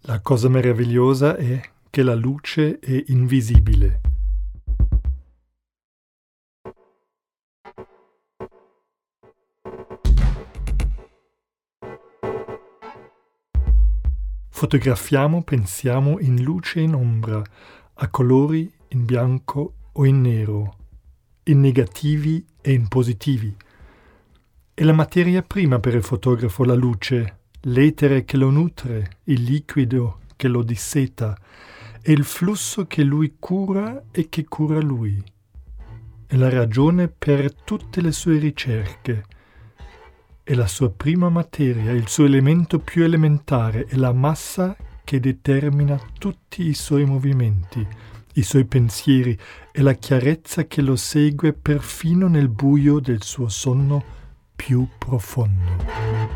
La cosa meravigliosa è che la luce è invisibile. Fotografiamo, pensiamo in luce e in ombra, a colori, in bianco o in nero, in negativi e in positivi. È la materia prima per il fotografo la luce, l'etere che lo nutre, il liquido che lo disseta, è il flusso che lui cura e che cura lui. È la ragione per tutte le sue ricerche. È la sua prima materia, il suo elemento più elementare, è la massa che determina tutti i suoi movimenti, i suoi pensieri, è la chiarezza che lo segue perfino nel buio del suo sonno più profondo.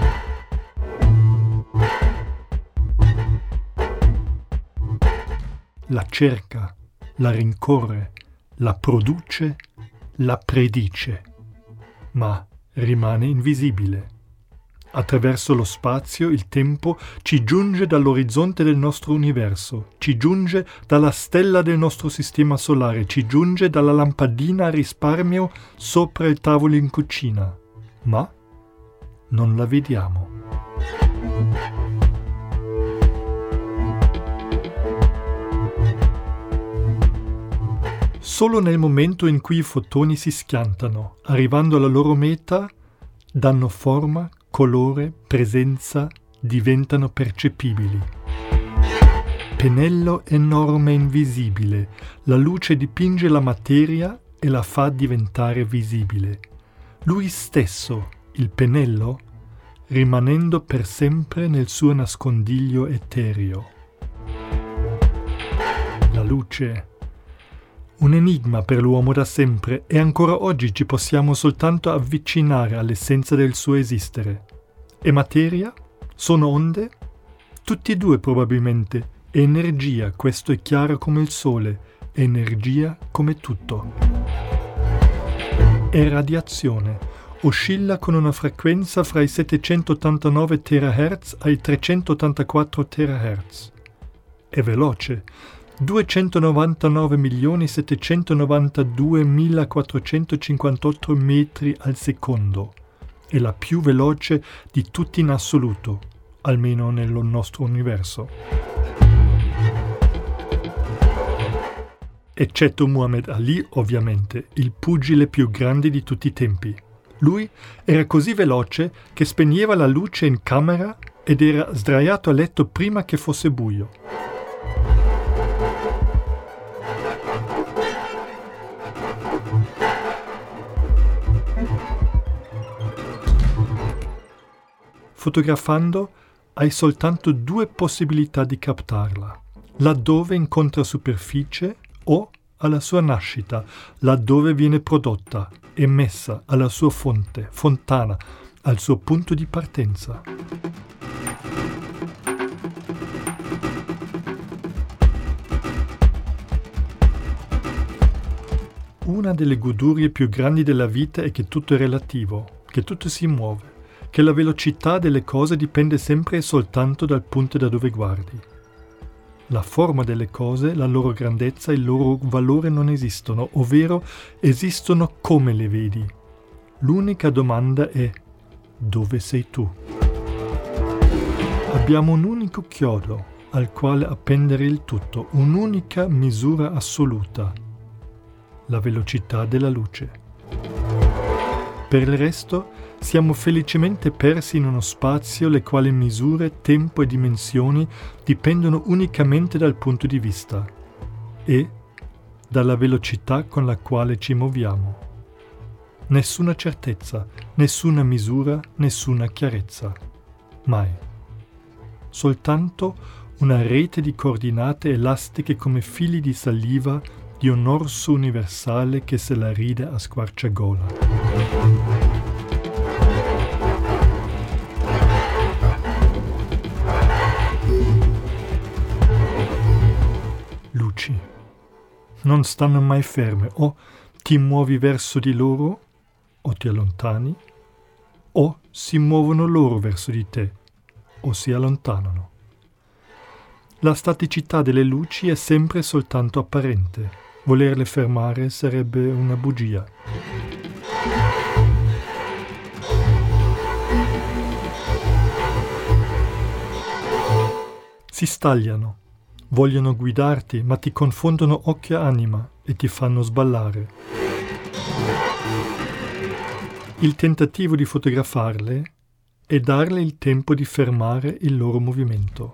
La cerca, la rincorre, la produce, la predice, ma rimane invisibile. Attraverso lo spazio, il tempo ci giunge dall'orizzonte del nostro universo, ci giunge dalla stella del nostro sistema solare, ci giunge dalla lampadina a risparmio sopra il tavolo in cucina, ma non la vediamo. Solo nel momento in cui i fotoni si schiantano, arrivando alla loro meta, danno forma, colore, presenza, diventano percepibili. Pennello enorme e invisibile, la luce dipinge la materia e la fa diventare visibile. Lui stesso, il pennello, rimanendo per sempre nel suo nascondiglio etereo. La luce, un enigma per l'uomo da sempre, e ancora oggi ci possiamo soltanto avvicinare all'essenza del suo esistere. È materia? Sono onde? Tutti e due probabilmente. È energia, questo è chiaro come il sole, è energia come tutto. È radiazione, oscilla con una frequenza fra i 789 terahertz ai 384 terahertz. È veloce, 299.792.458 metri al secondo. È la più veloce di tutti in assoluto, almeno nel nostro universo. Eccetto Muhammad Ali, ovviamente, il pugile più grande di tutti i tempi. Lui era così veloce che spegneva la luce in camera ed era sdraiato a letto prima che fosse buio. Fotografando hai soltanto due possibilità di captarla, laddove incontra superficie o alla sua nascita, laddove viene prodotta, emessa alla sua fonte, fontana, al suo punto di partenza. Una delle godurie più grandi della vita è che tutto è relativo, che tutto si muove, che la velocità delle cose dipende sempre e soltanto dal punto da dove guardi. La forma delle cose, la loro grandezza e il loro valore non esistono, ovvero esistono come le vedi. L'unica domanda è: dove sei tu? Abbiamo un unico chiodo al quale appendere il tutto, un'unica misura assoluta: la velocità della luce. Per il resto, siamo felicemente persi in uno spazio le quali misure, tempo e dimensioni dipendono unicamente dal punto di vista e dalla velocità con la quale ci muoviamo. Nessuna certezza, nessuna misura, nessuna chiarezza. Mai. Soltanto una rete di coordinate elastiche come fili di saliva di un orso universale che se la ride a squarciagola. Luci. Non stanno mai ferme, o ti muovi verso di loro, o ti allontani, o si muovono loro verso di te, o si allontanano. La staticità delle luci è sempre soltanto apparente. Volerle fermare sarebbe una bugia. Si stagliano, vogliono guidarti, ma ti confondono occhio e anima e ti fanno sballare. Il tentativo di fotografarle è darle il tempo di fermare il loro movimento.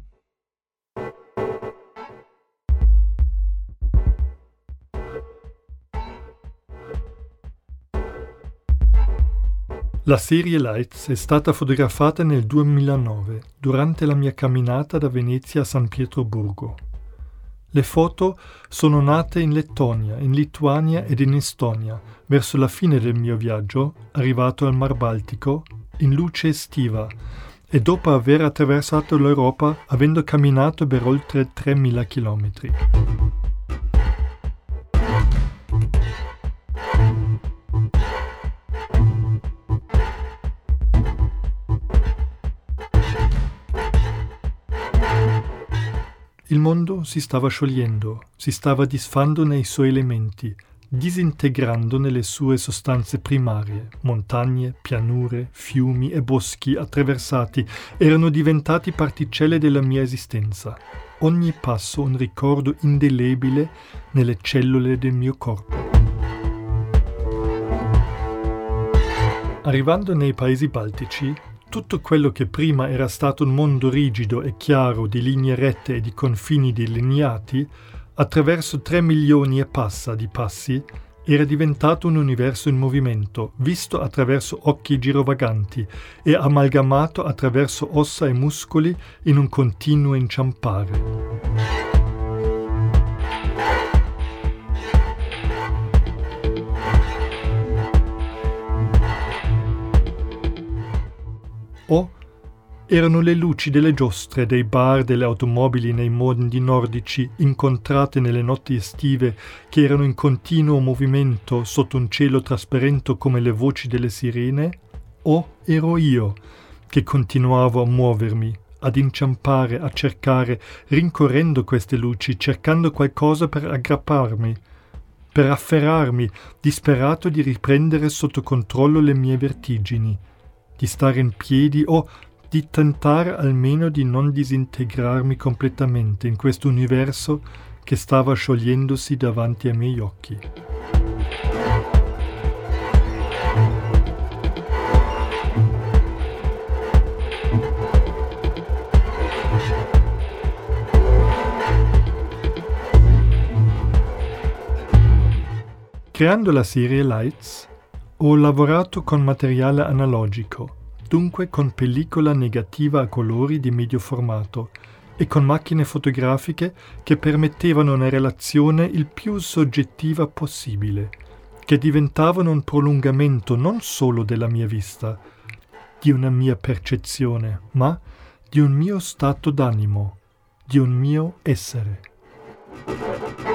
La serie Lights è stata fotografata nel 2009, durante la mia camminata da Venezia a San Pietroburgo. Le foto sono nate in Lettonia, in Lituania ed in Estonia, verso la fine del mio viaggio, arrivato al Mar Baltico, in luce estiva, e dopo aver attraversato l'Europa avendo camminato per oltre 3.000 chilometri. Il mondo si stava sciogliendo, si stava disfando nei suoi elementi, disintegrando nelle sue sostanze primarie. Montagne, pianure, fiumi e boschi attraversati erano diventati particelle della mia esistenza. Ogni passo un ricordo indelebile nelle cellule del mio corpo. Arrivando nei paesi baltici, tutto quello che prima era stato un mondo rigido e chiaro di linee rette e di confini delineati, attraverso 3 milioni e passa di passi, era diventato un universo in movimento, visto attraverso occhi girovaganti e amalgamato attraverso ossa e muscoli in un continuo inciampare. O erano le luci delle giostre, dei bar, delle automobili nei mondi nordici, incontrate nelle notti estive, che erano in continuo movimento sotto un cielo trasparente come le voci delle sirene? O ero io, che continuavo a muovermi, ad inciampare, a cercare, rincorrendo queste luci, cercando qualcosa per aggrapparmi, per afferrarmi, disperato di riprendere sotto controllo le mie vertigini, di stare in piedi o di tentare almeno di non disintegrarmi completamente in questo universo che stava sciogliendosi davanti ai miei occhi. Creando la serie Lights, ho lavorato con materiale analogico, dunque con pellicola negativa a colori di medio formato e con macchine fotografiche che permettevano una relazione il più soggettiva possibile, che diventavano un prolungamento non solo della mia vista, di una mia percezione, ma di un mio stato d'animo, di un mio essere.